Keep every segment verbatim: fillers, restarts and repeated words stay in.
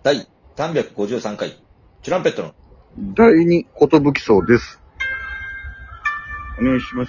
だいさんびゃくごじゅうさんかい、チュランペットのだいにことぶきそうです。お願いします。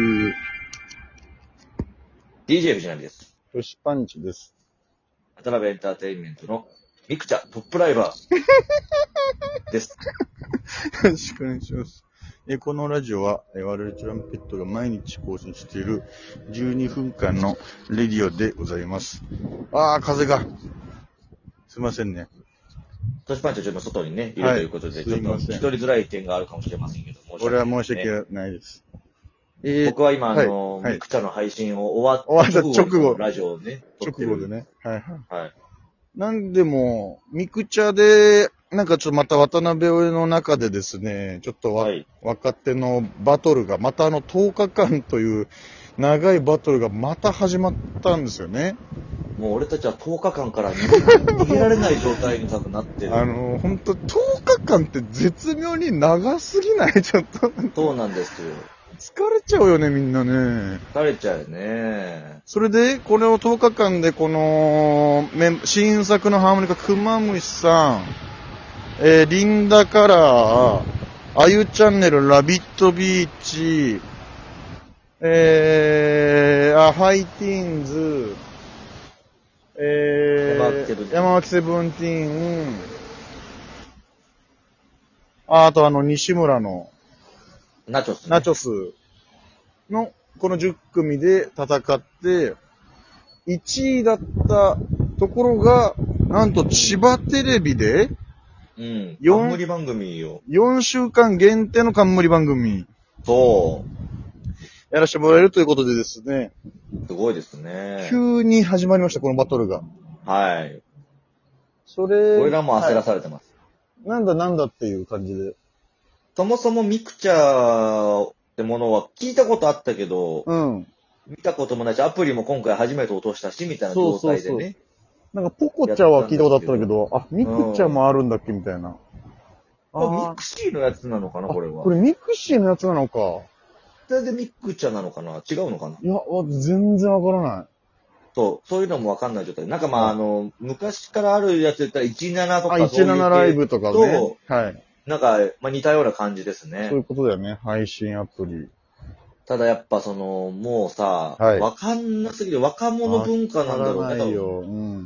ディージェー 藤波です。 トシパンチです。 渡辺エンターテインメントのミクチャトップライバーです。 よろしくお願いします。えこのラジオは我々チュランペットが毎日更新しているじゅうにふんかんのレディオでございます。あー、風が。すいませんね。 トシパンチはちょっと外にね、いるということで、はい、ちょっと聞き取りづらい点があるかもしれませんけど、 俺は申し訳ないです。 えー、僕は今、あの、はい、ミクチャの配信を終わった直後のラジオをね、 直後でね。はいはい。 はい。 なんでも、ミクチャで、なんかちょっとまた渡辺の中でですね、ちょっとわ、はい、若手のバトルが、またあのとおかかんという長いバトルがまた始まったんですよね。 もう俺たちはとおかかんから逃げられない状態に多分なってる。 あの、ほんととおかかんって絶妙に長すぎないちょっと。 そうなんですよ。 疲れちゃうよね、みんなね。 疲れちゃうよね。 それで、これをとおかかんで、この、新作のハーモニカ、クマムシさん、えー、リンダカラー、あゆチャンネル、ラビットビーチ、えー、あ、ハイティーンズ、えー、山脇セブンティーン、あ、あとあの、西村の、 ナチョス、ね。 ナチョスの、このじゅっくみで戦って、いちいだったところが、なんと千葉テレビで、 うん。冠番組よ。 よんしゅうかん限定の冠番組。 そう。 やらせてもらえるということでですね。 すごいですね。 急に始まりました、このバトルが。 はい。 それ。 俺らも焦らされてます。 はい、なんだなんだっていう感じで。 そもそもミクチャってものは聞いたことあったけど、 うん。 見たこともないし、アプリも今回初めて落としたし、みたいな状態でね。そうそうそう、 なんかポコチャは聞いたことあったんだけど、あ、ミクチャもあるんだっけみたいな。 あ、ミクシーのやつなのかな、これは。 これミクシーのやつなのか。 それでミクチャなのかな、違うのかな。 いや、全然わからない。 そう、そういうのもわかんない状態。なんかまあ、あの、昔からあるやつで言ったらじゅうななとかそういうあ、じゅうななライブとかね。はい。 なんか、まあ似たような感じですね。 そういうことだよね、配信アプリ。 ただやっぱその、もうさ、 はい、 わかんなすぎる若者文化なんだろうね。 ないよ。うん。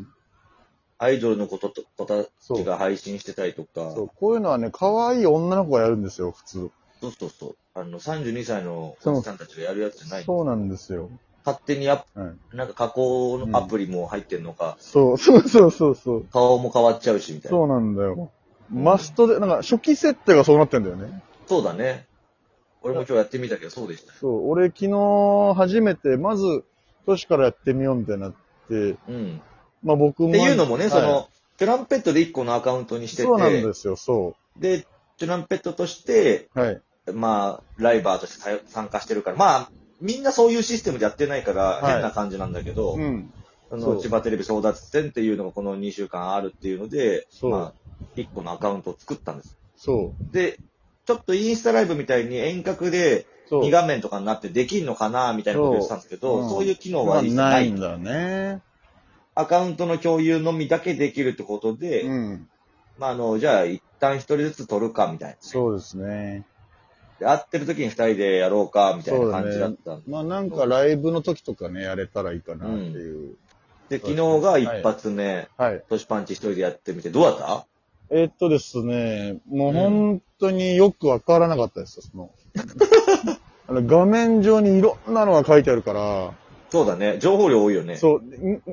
アイドルのことと、子たちが配信してたりとか。 そう、こういうのはね、可愛い女の子がやるんですよ、普通。 そうそうそう。あの、さんじゅうにさいのおじさんたちがやるやつじゃない。 そうなんですよ。 勝手にや、はい、なんか加工のアプリも入ってんのか、 うん。そう、そうそうそうそう。 顔も変わっちゃうし、みたいな。 そうなんだよ。うん、マストで、なんか初期設定がそうなってんだよね。 そうだね。俺も今日やってみたけど、そうでした。 そう、俺昨日初めて、まず、都市からやってみようみたいになって、うん。まあ僕も。 っていうのもね、はい、その、トランペットでいっこのアカウントにしてて。 そうなんですよ、そう。 で、トランペットとして、はい。まあ、ライバーとして参加してるから、まあ、みんなそういうシステムでやってないから、変な感じなんだけど、はい、うん。その、千葉テレビ争奪戦っていうのがこのにしゅうかんあるっていうので、そう。まあ、いっこのアカウントを作ったんです。そう。で、ちょっとインスタライブみたいに遠隔でに画面とかになってできんのかなみたいなことを言ってたんですけど、そう、うん、そういう機能は一切ない。 まあ、ないんだね。 アカウントの共有のみだけできるってことで、うん、まあ、あの、じゃあ一旦一人ずつ撮るかみたいな。 そうですね。 で、会ってる時に二人でやろうかみたいな感じだったんで、 ね。まあなんかライブの時とかね、やれたらいいかなっていう。うん、 で、昨日が一発目、はい。トシパンチ一人でやってみて、どうだった？ えー、っとですね、もう本当によくわからなかったですよ、その。あの画面上にいろんなのが書いてあるから。 そうだね。情報量多いよね。 そう。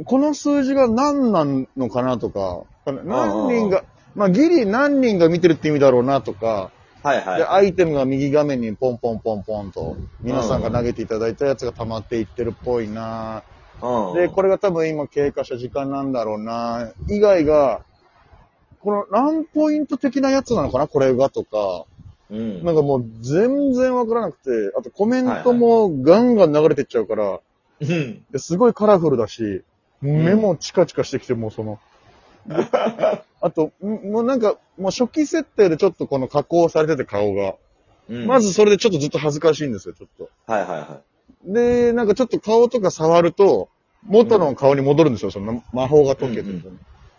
この数字が何なのかなとか、何人が、まあギリ何人が見てるって意味だろうなとか、はいはい。で、アイテムが右画面にポンポンポンポンと、皆さんが投げていただいたやつが溜まっていってるっぽいな。で、これが多分今経過した時間なんだろうな。以外が、この何ポイント的なやつなのかなこれがとか、うん、なんかもう全然わからなくて、あとコメントもガンガン流れてっちゃうから、はいはい、ですごいカラフルだし、目もチカチカしてきて、もうその、あと、もうなんか、もう初期設定でちょっとこの加工されてて顔が、うん、まずそれでちょっとずっと恥ずかしいんですよ、ちょっと。はいはいはい。で、なんかちょっと顔とか触ると、元の顔に戻るんですよ、その魔法が解けてると、ね。うんうん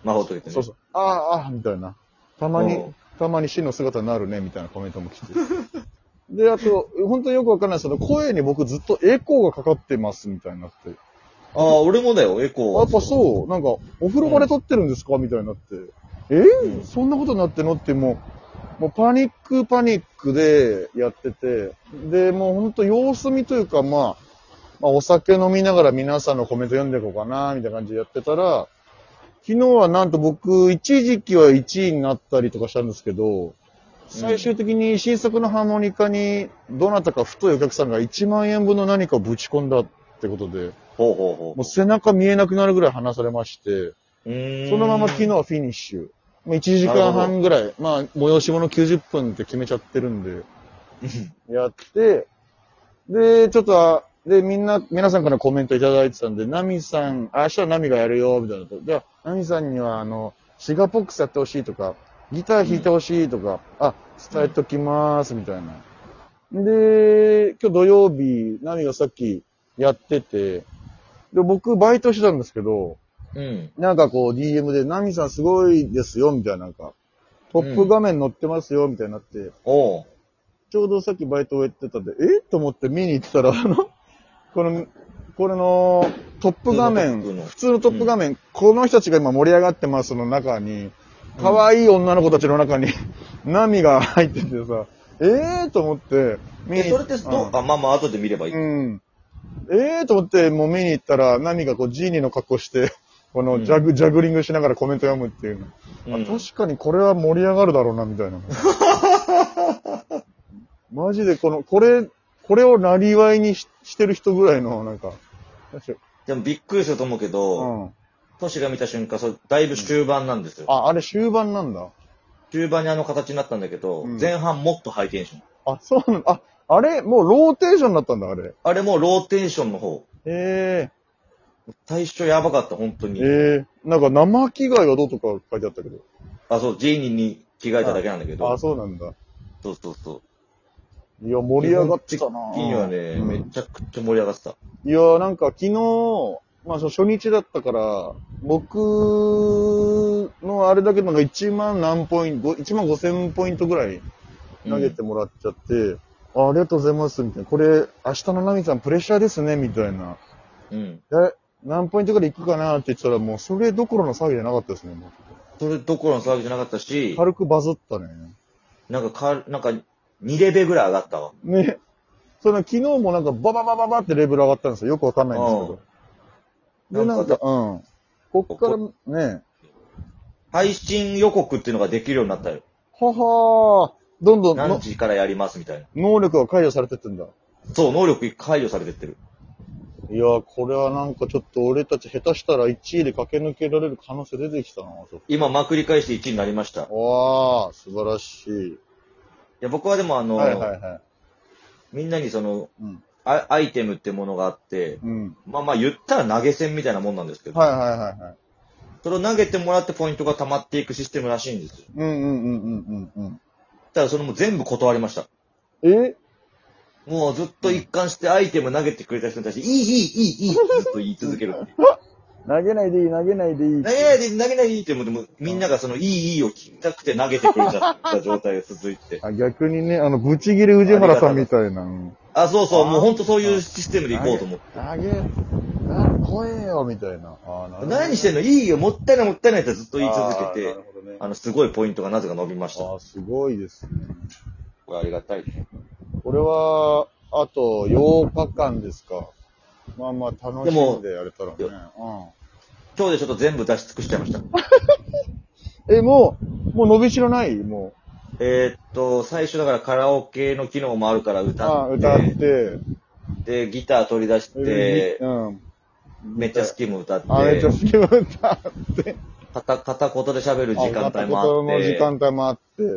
魔法解けてね。 そうそう。ああ、ああ、みたいな。たまに、たまに死の姿になるね、みたいなコメントも来て。で、あと、本当によくわかんないですけど、声に僕ずっとエコーがかかってます、みたいになって。 ああ、俺もだよ、エコー。 やっぱそう、なんか、お風呂場で撮ってるんですか、みたいになって。えーうん、そんなことになってんのってもう、もうパニックパニックでやってて、で、もうほんと様子見というか、まあ、まあ、お酒飲みながら皆さんのコメント読んでいこうかな、みたいな感じでやってたら、昨日はなんと僕、一時期はいちいになったりとかしたんですけど、最終的に新作のハーモニカに、どなたか太いお客さんがいちまんえんぶんの何かをぶち込んだってことで、 ほうほうほう。 もう背中見えなくなるぐらい離されまして、そのまま昨日はフィニッシュ。いちじかんはんぐらい、まあ、催し物きゅうじゅっぷんって決めちゃってるんで、やって、で、ちょっと、で、みんな、皆さんからコメントいただいてたんで、ナミさん、明日はナミがやるよ、みたいなと。じゃあ、ナミさんには、あの、シガポックスやってほしいとか、ギター弾いてほしいとか、うん、あ、伝えときまーす、みたいな。で、今日土曜日、ナミがさっきやってて、で、僕、バイトしてたんですけど、うん。なんかこう ディーエム で、ナミさんすごいですよ、みたいな、なんか、トップ画面載ってますよ、みたいになって、うん、おちょうどさっきバイトをやってたんで、えと思って見に行ったら、あの、この、これのトップ画面、普通のトップ画面、うん、この人たちが今盛り上がってますの中に、可愛い女の子たちの中に、ナミが入っててさ、えーと思って、 見にえ、それってど、うん、あ、まあまあ後で見ればいい。うん。 えーと思って、もう見に行ったら、ナミがこう、ジーニーの格好して、このジャグ、うん、ジャグリングしながらコメント読むっていうの、うん、あ。確かにこれは盛り上がるだろうな、みたいな。マジでこの、これ、これをなりわいに し, してる人ぐらいの、なんか。 でもびっくりすると思うけど、うん。トシが見た瞬間、それだいぶ終盤なんですよ。 あ、あれ終盤なんだ。 終盤にあの形になったんだけど、うん、前半もっとハイテンション。 あ、そうなんだ。あ、あれもうローテーションになったんだ、あれ。 あれもうローテーションの方。 へえー。最初やばかった、本当に。 ええー。なんか生着替えがどうとか書いてあったけど。 あ、そう、ジーニーに着替えただけなんだけど。 あ、あそうなんだ。 そうそうそう。 いや、盛り上がってたなぁ。にはね、うん、めちゃくちゃ盛り上がってた。 いや、なんか昨日、まあ初日だったから、僕のあれだけのがいちまん何ポイント、いちまんごせんポイントぐらい投げてもらっちゃって、うん、あ, ありがとうございます、みたいな。これ、明日のナミさんプレッシャーですね、みたいな。うん。え、何ポイントぐらい行くかなって言ってたら、もうそれどころの騒ぎじゃなかったですね、もう。 それどころの騒ぎじゃなかったし、 軽くバズったね。 なんかか、なんか、にレベルぐらい上がったわ。 ね。その昨日もなんかバババババってレベル上がったんですよ。よくわかんないんですけど。で、なんか、うん。こっからね。 配信予告っていうのができるようになったよ。 ははー。どんどん。 何時からやりますみたいな。 能力が解除されてってんだ。 そう、能力解除されてってる。 いやー、これはなんかちょっと俺たち下手したらいちいで駆け抜けられる可能性出てきたな。 今、まくり返していちいになりました。 わー、素晴らしい。いや、僕はでもあの、 はいはいはい、 みんなにその、うんア、アイテムってものがあって、うん、まあまあ言ったら投げ銭みたいなもんなんですけど、 はいはいはいはい。 それを投げてもらってポイントが溜まっていくシステムらしいんですよ。 うんうんうんうんうんうん。 ただそれも全部断りました。 えもうずっと一貫してアイテム投げてくれた人に対して、いいいいいいいいずっと言い続ける。 投げないでいい、投げないでいい。 投げないでいい、投げないでいいってもう、でもみんながそのいいいいを聞きたくて投げてくれちゃった状態が続いて。 あ、逆にね、あの、ブチギレ宇治原さんみたいな。 あ、そうそう、もうほんとそういうシステムでいこうと思って。 投げ、あ、怖えよ、みたいな。 あな何してんのいいよ、もったいないもったいないってずっと言い続けて、あ、ね、あの、すごいポイントがなぜか伸びました。 あ、すごいですね。 これありがたい。 これは、あとようかかんですか。まあまあ楽しんでやれたらね。うん。 今日でちょっと全部出し尽くしちゃいました。 え、もう、もう伸びしろないもう。えー、っと、最初だからカラオケの機能もあるから歌って。あ歌って。 で、ギター取り出して、うん、めっちゃ好きも歌って。 あ、めっちゃ好きも歌って。 片、片言で喋る時間帯もあって。片言の時間帯もあって。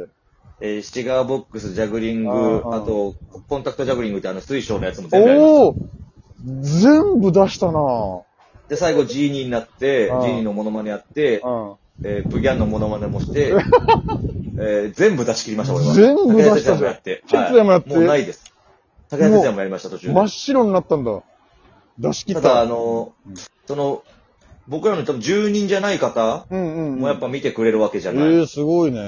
えー、シガーボックス、ジャグリング、あ, あと、コンタクトジャグリングってあの水晶のやつも全部やりました。おー全部出したなぁ。 で、最後ジーニーになって、ジーニーのモノマネやって、えー、プギャンのモノマネもして、えー、全部出し切りました、俺は。 全部出した。 哲也もやって。 哲也もやって。 もうないです。武田哲也もやりました、途中で。 真っ白になったんだ。出し切った。 ただ、あの、うん、その、 僕らの多分住人じゃない方もやっぱ見てくれるわけじゃない。 ええー、すごいね。うん。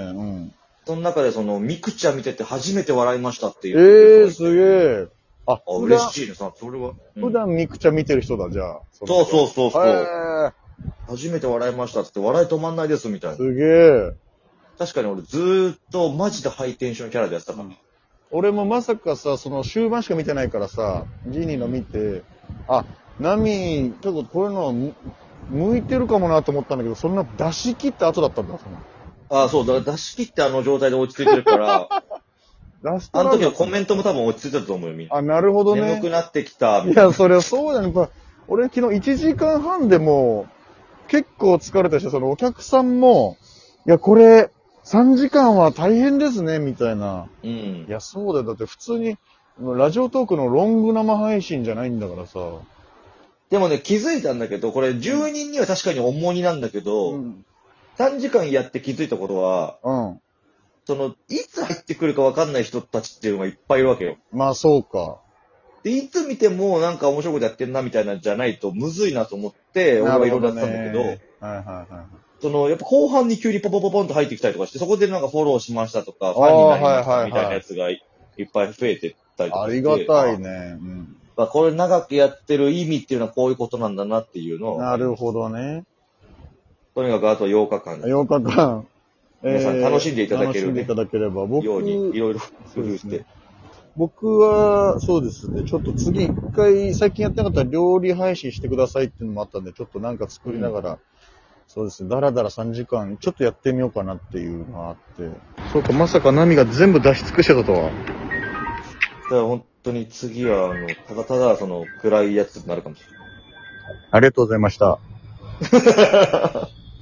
その中でその、ミクチャ見てて初めて笑いましたっていう。 ええー、すげえ。 あ、あ嬉しいね。さ、それは。 うん、普段ミクチャ見てる人だ、じゃあ。 そうそうそうそう。えー、初めて笑いましたって言って、笑い止まんないですみたいな。 すげえ。 確かに俺ずーっとマジでハイテンションキャラでやってたから。うん、 俺もまさかさ、その終盤しか見てないからさ、ジーニーの見て、あ、ナミ、ちょっとこういうの向いてるかもなと思ったんだけど、そんな出し切った後だったんだ、その。 ああ、そう、だから出し切ってあの状態で落ち着いてるから、ラストあの時のコメントも多分落ち着いてたと思うよ、みんな。 あ、なるほどね。 眠くなってきた、 みたいな。いや、それそうだね。やっぱ、俺昨日いちじかんはんでも、結構疲れたし、そのお客さんも、いや、これ、さんじかんは大変ですね、みたいな。うん。いや、そうだよ。だって普通に、ラジオトークのロング生配信じゃないんだからさ。 でもね、気づいたんだけど、これじゅうにんには確かに重荷なんだけど、うん、さんじかんやって気づいたことは、うん。その、いつ入ってくるか分かんない人たちっていうのがいっぱいいるわけよ。 まあ、そうか。 で、いつ見てもなんか面白いことやってんなみたいなんじゃないとむずいなと思って、俺はいろいろやったんだけど、はいはいはい。その、やっぱ後半に急にポポポポンと入ってきたりとかして、そこでなんかフォローしましたとか、ファンになりましたみたいなやつがいっぱい増えてったりとかして。 ありがたいね。うん。 まあ、これ長くやってる意味っていうのはこういうことなんだなっていうのを。 なるほどね。 とにかくあとようかかん。 ようかかん。 皆さん楽しんでいただける、ね、 楽しんでいただければ。僕ようにいろいろ工夫して。 僕は、そうですね。ちょっと次一回、最近やってなかったら料理配信してくださいっていうのもあったんで、ちょっとなんか作りながら、うん、そうですね。だらだらさんじかん、ちょっとやってみようかなっていうのがあって。そうか、まさかナミが全部出し尽くしてたとは。 だから本当に次は、あの、ただただその暗いやつになるかもしれない。 ありがとうございました。